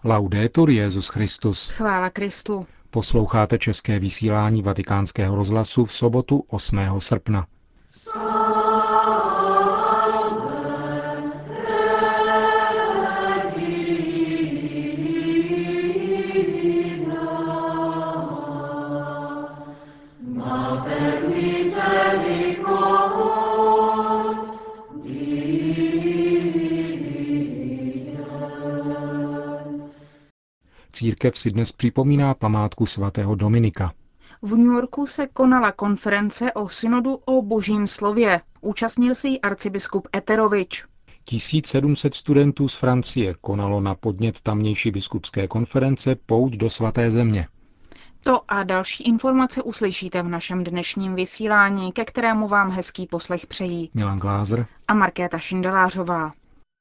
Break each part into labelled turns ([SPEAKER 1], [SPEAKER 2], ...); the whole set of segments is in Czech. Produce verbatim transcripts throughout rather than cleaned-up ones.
[SPEAKER 1] Laudetur Jesus Christus.
[SPEAKER 2] Chvála Kristu.
[SPEAKER 1] Posloucháte české vysílání Vatikánského rozhlasu v sobotu osmého srpna. Církev si dnes připomíná památku svatého Dominika.
[SPEAKER 2] V New Yorku se konala konference o synodu o Božím slově. Účastnil se jí arcibiskup Eterovič.
[SPEAKER 1] tisíc sedm set studentů z Francie konalo na podnět tamnější biskupské konference pouť do svaté země.
[SPEAKER 2] To a další informace uslyšíte v našem dnešním vysílání, ke kterému vám hezký poslech přejí
[SPEAKER 1] Milan Glázer
[SPEAKER 2] a Markéta Šindelářová.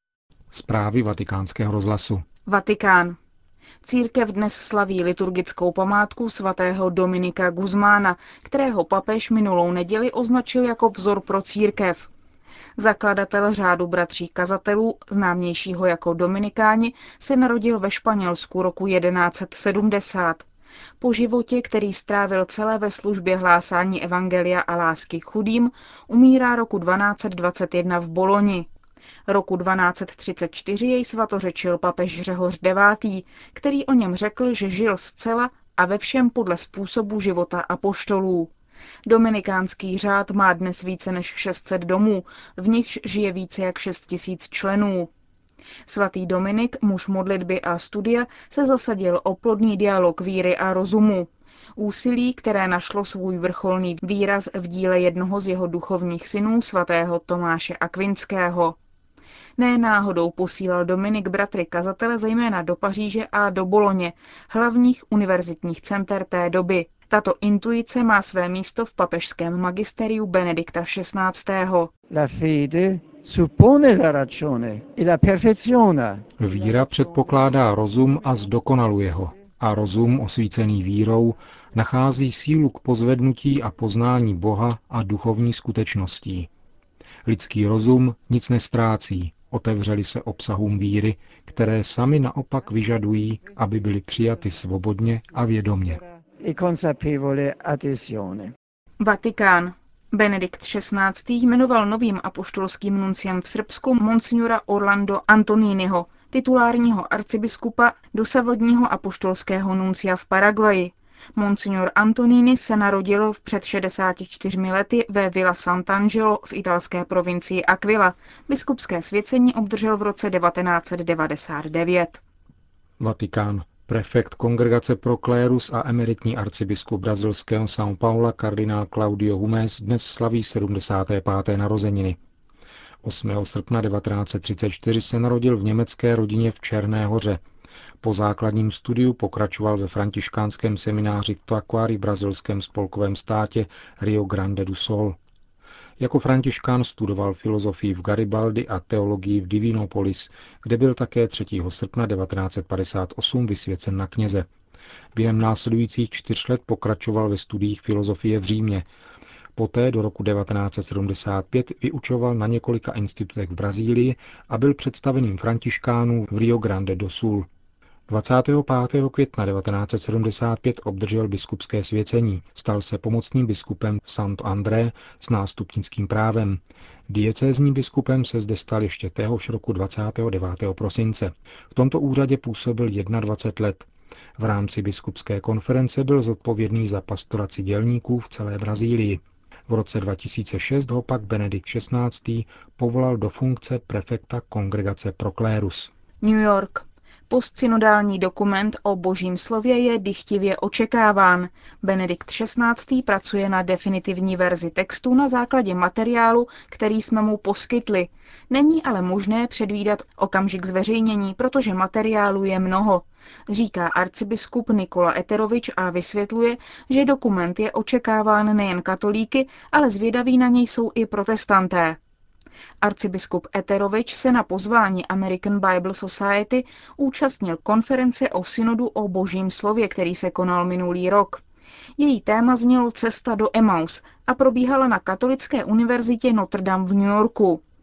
[SPEAKER 1] Zprávy Vatikánského rozhlasu.
[SPEAKER 2] Vatikán. Církev dnes slaví liturgickou památku svatého Dominika Guzmána, kterého papež minulou neděli označil jako vzor pro církev. Zakladatel řádu bratří kazatelů, známějšího jako Dominikáni, se narodil ve Španělsku roku jedenáct set sedmdesát. Po životě, který strávil celé ve službě hlásání evangelia a lásky k chudým, umírá roku dvanáct set dvacet jedna v Boloni. Roku dvanáct set třicet čtyři jej svatořečil papež Řehoř devátý., který o něm řekl, že žil zcela a ve všem podle způsobu života apoštolů. Dominikánský řád má dnes více než šest set domů, v nichž žije více jak šest tisíc členů. Svatý Dominik, muž modlitby a studia, se zasadil o plodný dialog víry a rozumu. Úsilí, které našlo svůj vrcholný výraz v díle jednoho z jeho duchovních synů, svatého Tomáše Akvinského. Ne náhodou posílal Dominik bratry kazatele zejména do Paříže a do Boloně, hlavních univerzitních center té doby. Tato intuice má své místo v papežském magisteriu Benedikta šestnáctého.
[SPEAKER 3] La fede suppone la ragione e la perfeziona.
[SPEAKER 1] Víra předpokládá rozum a zdokonaluje ho. A rozum, osvícený vírou, nachází sílu k pozvednutí a poznání Boha a duchovní skutečností. Lidský rozum nic nestrácí, otevřeli se obsahům víry, které sami naopak vyžadují, aby byly přijaty svobodně a vědomě.
[SPEAKER 2] Vatikán. Benedikt šestnáctý. Jmenoval novým apoštolským nunciem v Srbsku monsignora Orlando Antoniniho, titulárního arcibiskupa, dosavadního apoštolského nuncia v Paraguayi. Monsignor Antonini se narodil v před šedesáti čtyřmi lety ve Villa Sant'Angelo v italské provincii Aquila. Biskupské svěcení obdržel v roce devatenáct set devadesát devět.
[SPEAKER 1] Vatikán. Prefekt Kongregace pro klérus a emeritní arcibiskup brazilského São Paula kardinál Claudio Humés dnes slaví sedmdesáté páté narozeniny. osmého srpna devatenáct set třicet čtyři se narodil v německé rodině v Černé Hoře. Po základním studiu pokračoval ve františkánském semináři v Taquari v brazilském spolkovém státě Rio Grande do Sul. Jako františkán studoval filozofii v Garibaldi a teologii v Divinopolis, kde byl také třetího srpna devatenáct set padesát osm vysvěcen na kněze. Během následujících čtyř let pokračoval ve studiích filozofie v Římě. Poté do roku devatenáct set sedmdesát pět vyučoval na několika institutech v Brazílii a byl představeným františkánů v Rio Grande do Sul. dvacátého pátého května devatenáct set sedmdesát pět obdržel biskupské svěcení. Stal se pomocným biskupem v Santo André s nástupnickým právem. Diecézním biskupem se zde stal ještě téhož roku dvacátého devátého prosince. V tomto úřadě působil dvacet jedna let. V rámci biskupské konference byl zodpovědný za pastoraci dělníků v celé Brazílii. V roce dva tisíce šest ho pak Benedikt šestnáctý. Povolal do funkce prefekta Kongregace pro klérus.
[SPEAKER 2] New York. Postsynodální dokument o Božím slově je dychtivě očekáván. Benedikt šestnáctý. Pracuje na definitivní verzi textu na základě materiálu, který jsme mu poskytli. Není ale možné předvídat okamžik zveřejnění, protože materiálu je mnoho, říká arcibiskup Nikola Eterovič a vysvětluje, že dokument je očekáván nejen katolíky, ale zvědaví na něj jsou i protestanté. Arcibiskup Eterovič se na pozvání American Bible Society účastnil konference o synodu o Božím slově, který se konal minulý rok. Její téma znělo Cesta do Emaus a probíhala na Katolické univerzitě Notre Dame v New Yorku.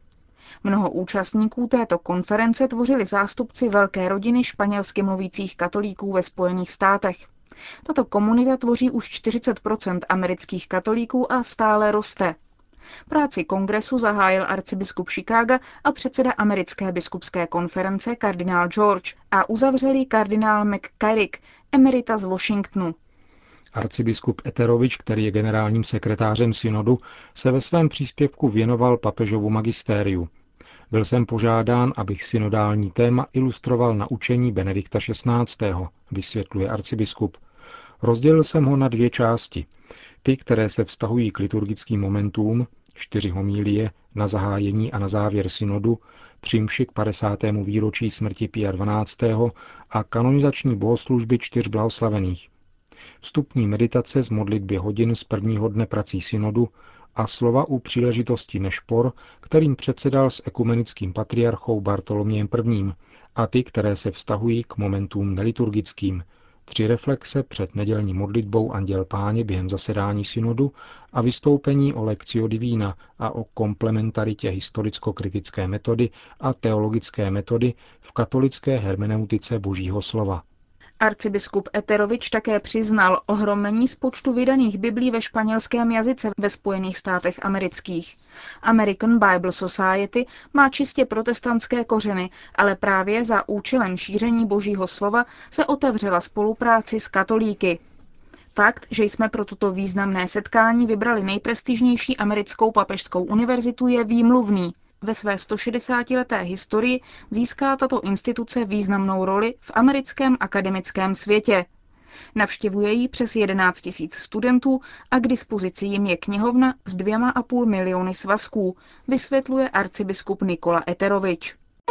[SPEAKER 2] Mnoho účastníků této konference tvořili zástupci velké rodiny španělsky mluvících katolíků ve Spojených státech. Tato komunita tvoří už čtyřicet procent amerických katolíků a stále roste. Práci kongresu zahájil arcibiskup Chicaga a předseda americké biskupské konference kardinál George a uzavřel ji kardinál McCarrick, emerita z Washingtonu.
[SPEAKER 1] Arcibiskup Etherovič, který je generálním sekretářem synodu, se ve svém příspěvku věnoval papežovu magistériu. Byl jsem požádán, abych synodální téma ilustroval na učení Benedikta šestnáctého., vysvětluje arcibiskup. Rozdělil jsem ho na dvě části. Ty, které se vztahují k liturgickým momentům, čtyři homilie na zahájení a na závěr synodu, při mši k padesátému výročí smrti Pia dvanáctého. a kanonizační bohoslužby čtyř blahoslavených. Vstupní meditace z modlitby hodin z prvního dne prací synodu a slova u příležitosti Nešpor, kterým předsedal s ekumenickým patriarchou Bartolomějem prvním., a ty, které se vztahují k momentům neliturgickým, tři reflexe před nedělní modlitbou Anděl Páně během zasedání synodu a vystoupení o Lectio Divina a o komplementaritě historicko-kritické metody a teologické metody v katolické hermeneutice Božího slova.
[SPEAKER 2] Arcibiskup Etherovič také přiznal ohromení z počtu vydaných biblí ve španělském jazyce ve Spojených státech amerických. American Bible Society má čistě protestantské kořeny, ale právě za účelem šíření Božího slova se otevřela spolupráci s katolíky. Fakt, že jsme pro toto významné setkání vybrali nejprestižnější americkou papežskou univerzitu, je výmluvný. Ve své stošedesátileté historii získá tato instituce významnou roli v americkém akademickém světě. Navštěvuje ji přes jedenáct tisíc studentů a k dispozici jim je knihovna s dvěma a půl miliony svazků, vysvětluje arcibiskup Nikola Etherovič.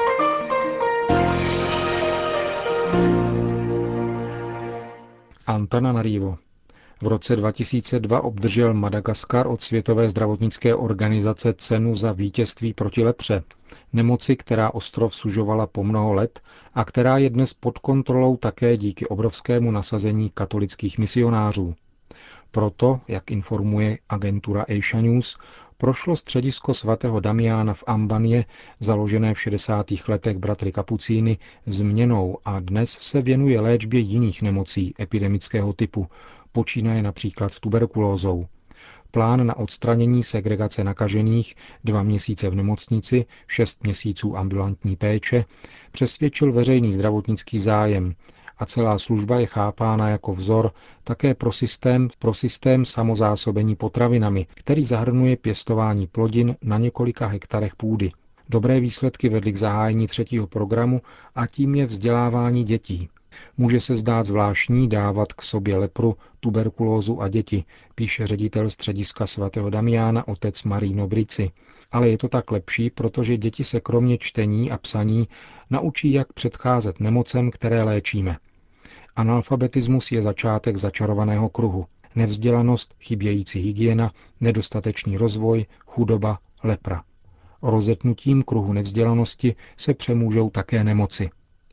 [SPEAKER 1] Antananarivo. V roce dva tisíce dva obdržel Madagaskar od Světové zdravotnické organizace cenu za vítězství proti lepře, nemoci, která ostrov sužovala po mnoho let a která je dnes pod kontrolou také díky obrovskému nasazení katolických misionářů. Proto, jak informuje agentura Asia News, prošlo středisko svatého Damiána v Ambanie, založené v šedesátých letech bratry kapucíny, změnou a dnes se věnuje léčbě jiných nemocí epidemického typu, počínaje například tuberkulózou. Plán na odstranění segregace nakažených, dva měsíce v nemocnici, šest měsíců ambulantní péče, přesvědčil veřejný zdravotnický zájem a celá služba je chápána jako vzor také pro systém, pro systém samozásobení potravinami, který zahrnuje pěstování plodin na několika hektarech půdy. Dobré výsledky vedly k zahájení třetího programu a tím je vzdělávání dětí. Může se zdát zvláštní dávat k sobě lepru, tuberkulózu a děti, píše ředitel střediska svatého Damiána otec Marino Brici. Ale je to tak lepší, protože děti se kromě čtení a psaní naučí, jak předcházet nemocem, které léčíme. Analfabetismus je začátek začarovaného kruhu. Nevzdělanost, chybějící hygiena, nedostatečný rozvoj, chudoba, lepra. Rozetnutím kruhu nevzdělanosti se přemůžou také nemoci.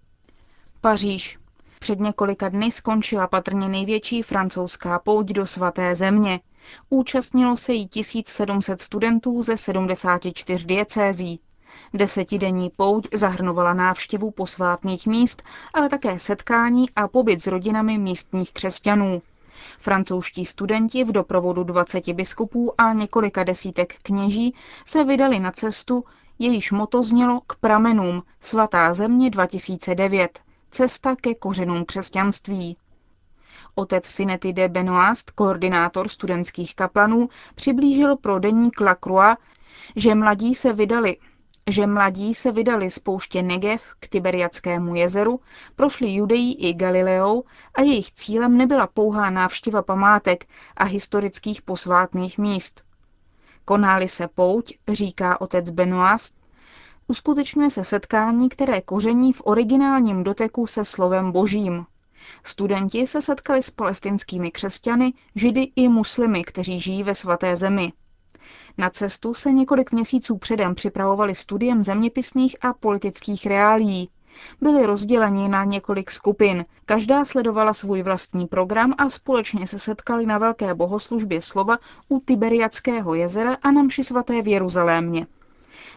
[SPEAKER 2] Paříž. Před několika dny skončila patrně největší francouzská pouť do svaté země. Účastnilo se jí tisíc sedm set studentů ze sedmdesáti čtyř diecézí. Desetidenní pouť zahrnovala návštěvu posvátných míst, ale také setkání a pobyt s rodinami místních křesťanů. Francouzští studenti v doprovodu dvaceti biskupů a několika desítek kněží se vydali na cestu, jejíž moto znělo K pramenům, svatá země dva tisíce devět. Cesta ke kořenům křesťanství. Otec Sinety de Benoist, koordinátor studentských kaplanů, přiblížil pro deník La Croix, že mladí se vydali, že mladí se vydali z pouště Negev k Tiberiadskému jezeru, prošli Judejí i Galileou a jejich cílem nebyla pouhá návštěva památek a historických posvátných míst. Koná-li se pouť, říká otec Benoist, uskutečňuje se setkání, které koření v originálním doteku se slovem Božím. Studenti se setkali s palestinskými křesťany, židy i muslimy, kteří žijí ve svaté zemi. Na cestu se několik měsíců předem připravovali studiem zeměpisných a politických reálií. Byli rozděleni na několik skupin, každá sledovala svůj vlastní program a společně se setkali na velké bohoslužbě slova u Tiberiadského jezera a na mši svaté v Jeruzalémě.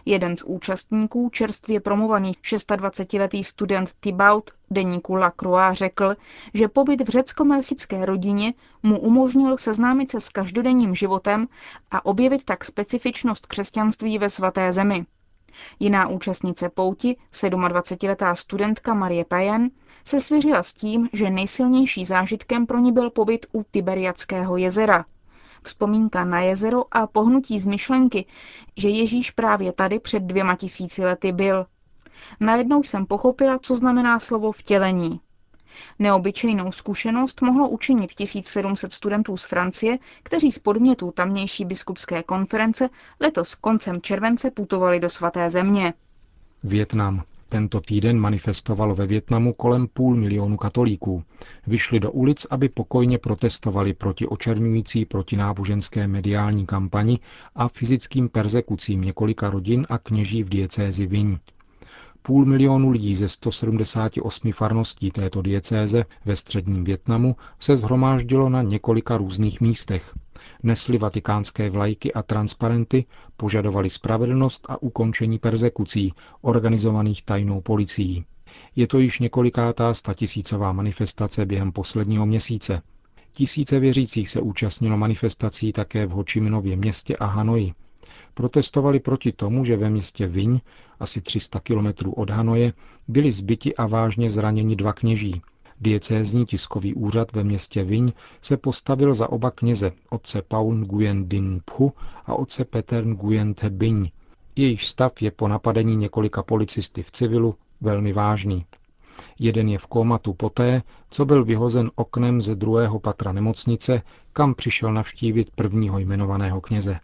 [SPEAKER 2] Jeden z účastníků, čerstvě promovaný dvacetišestiletý student Thibaut deníku La Croix, řekl, že pobyt v řecko-melchické rodině mu umožnil seznámit se s každodenním životem a objevit tak specifičnost křesťanství ve svaté zemi. Jiná účastnice pouti, dvacetisedmiletá studentka Marie Payen, se svěřila s tím, že nejsilnější zážitkem pro ní byl pobyt u Tiberiadského jezera. Vzpomínka na jezero a pohnutí z myšlenky, že Ježíš právě tady před dvěma tisíci lety byl. Najednou jsem pochopila, co znamená slovo vtělení. Neobyčejnou zkušenost mohlo učinit tisíc sedm set studentů z Francie, kteří z podnětů tamnější biskupské konference letos koncem července putovali do svaté země.
[SPEAKER 1] Vietnam. Tento týden manifestovalo ve Vietnamu kolem půl milionu katolíků. Vyšli do ulic, aby pokojně protestovali proti očerňující protináboženské mediální kampani a fyzickým perzekucím několika rodin a kněží v diecézi Viň. Půl milionu lidí ze sto sedmdesáti osmi farností této diecéze ve středním Vietnamu se shromáždilo na několika různých místech. Nesli vatikánské vlajky a transparenty, požadovali spravedlnost a ukončení perzekucí, organizovaných tajnou policií. Je to již několikátá statisícová manifestace během posledního měsíce. Tisíce věřících se účastnilo manifestací také v Ho Chi Minově městě a Hanoji. Protestovali proti tomu, že ve městě Viň, asi tři sta kilometrů od Hanoje, byli zbiti a vážně zraněni dva kněží. Diecézní tiskový úřad ve městě Viň se postavil za oba kněze, otce Paul Nguyen Din Phu a otce Peter Nguyen The Binh. Jejich stav je po napadení několika policisty v civilu velmi vážný. Jeden je v kómatu poté, co byl vyhozen oknem ze druhého patra nemocnice, kam přišel navštívit prvního jmenovaného kněze.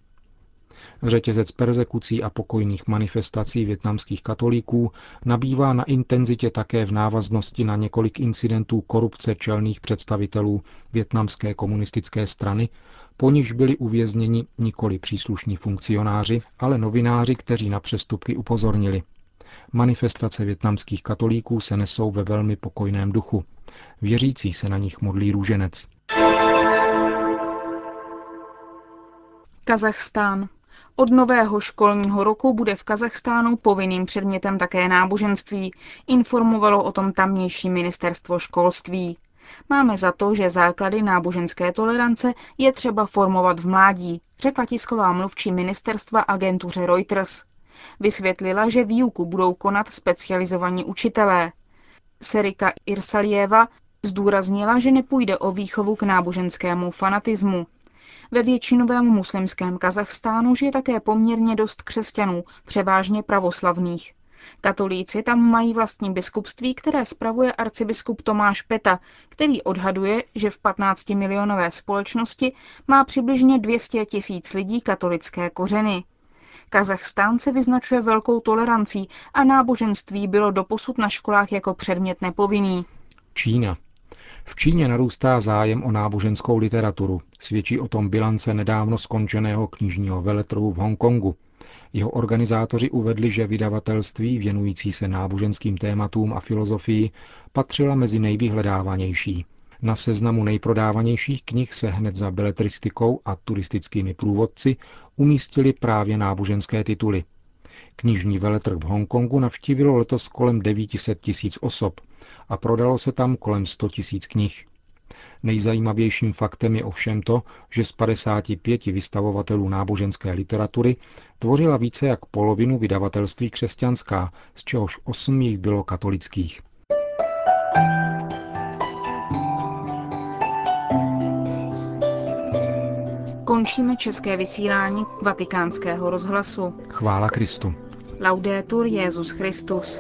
[SPEAKER 1] Řetězec perzekucí a pokojných manifestací vietnamských katolíků nabývá na intenzitě také v návaznosti na několik incidentů korupce čelných představitelů vietnamské komunistické strany, po nichž byli uvězněni nikoli příslušní funkcionáři, ale novináři, kteří na přestupky upozornili. Manifestace vietnamských katolíků se nesou ve velmi pokojném duchu. Věřící se na nich modlí růženec.
[SPEAKER 2] Kazachstán. Od nového školního roku bude v Kazachstánu povinným předmětem také náboženství, informovalo o tom tamnější ministerstvo školství. Máme za to, že základy náboženské tolerance je třeba formovat v mládí, řekla tisková mluvčí ministerstva agentuře Reuters. Vysvětlila, že výuku budou konat specializovaní učitelé. Serika Irsalieva zdůraznila, že nepůjde o výchovu k náboženskému fanatismu. Ve většinovém muslimském Kazachstánu žije také poměrně dost křesťanů, převážně pravoslavných. Katolíci tam mají vlastní biskupství, které spravuje arcibiskup Tomáš Peta, který odhaduje, že v patnáctimilionové společnosti má přibližně dvě stě tisíc lidí katolické kořeny. Kazachstán se vyznačuje velkou tolerancí a náboženství bylo doposud na školách jako předmět nepovinný.
[SPEAKER 1] Čína. V Číně narůstá zájem o náboženskou literaturu. Svědčí o tom bilance nedávno skončeného knižního veletrhu v Hongkongu. Jeho organizátoři uvedli, že vydavatelství věnující se náboženským tématům a filozofii patřila mezi nejvyhledávanější. Na seznamu nejprodávanějších knih se hned za beletristikou a turistickými průvodci umístily právě náboženské tituly. Knižní veletrh v Hongkongu navštívilo letos kolem devět set tisíc osob a prodalo se tam kolem sto tisíc knih. Nejzajímavějším faktem je ovšem to, že z padesáti pěti vystavovatelů náboženské literatury tvořila více jak polovinu vydavatelství křesťanská, z čehož osm jich bylo katolických.
[SPEAKER 2] Končíme české vysílání Vatikánského rozhlasu.
[SPEAKER 1] Chvála Kristu.
[SPEAKER 2] Laudetur Jesus Christus.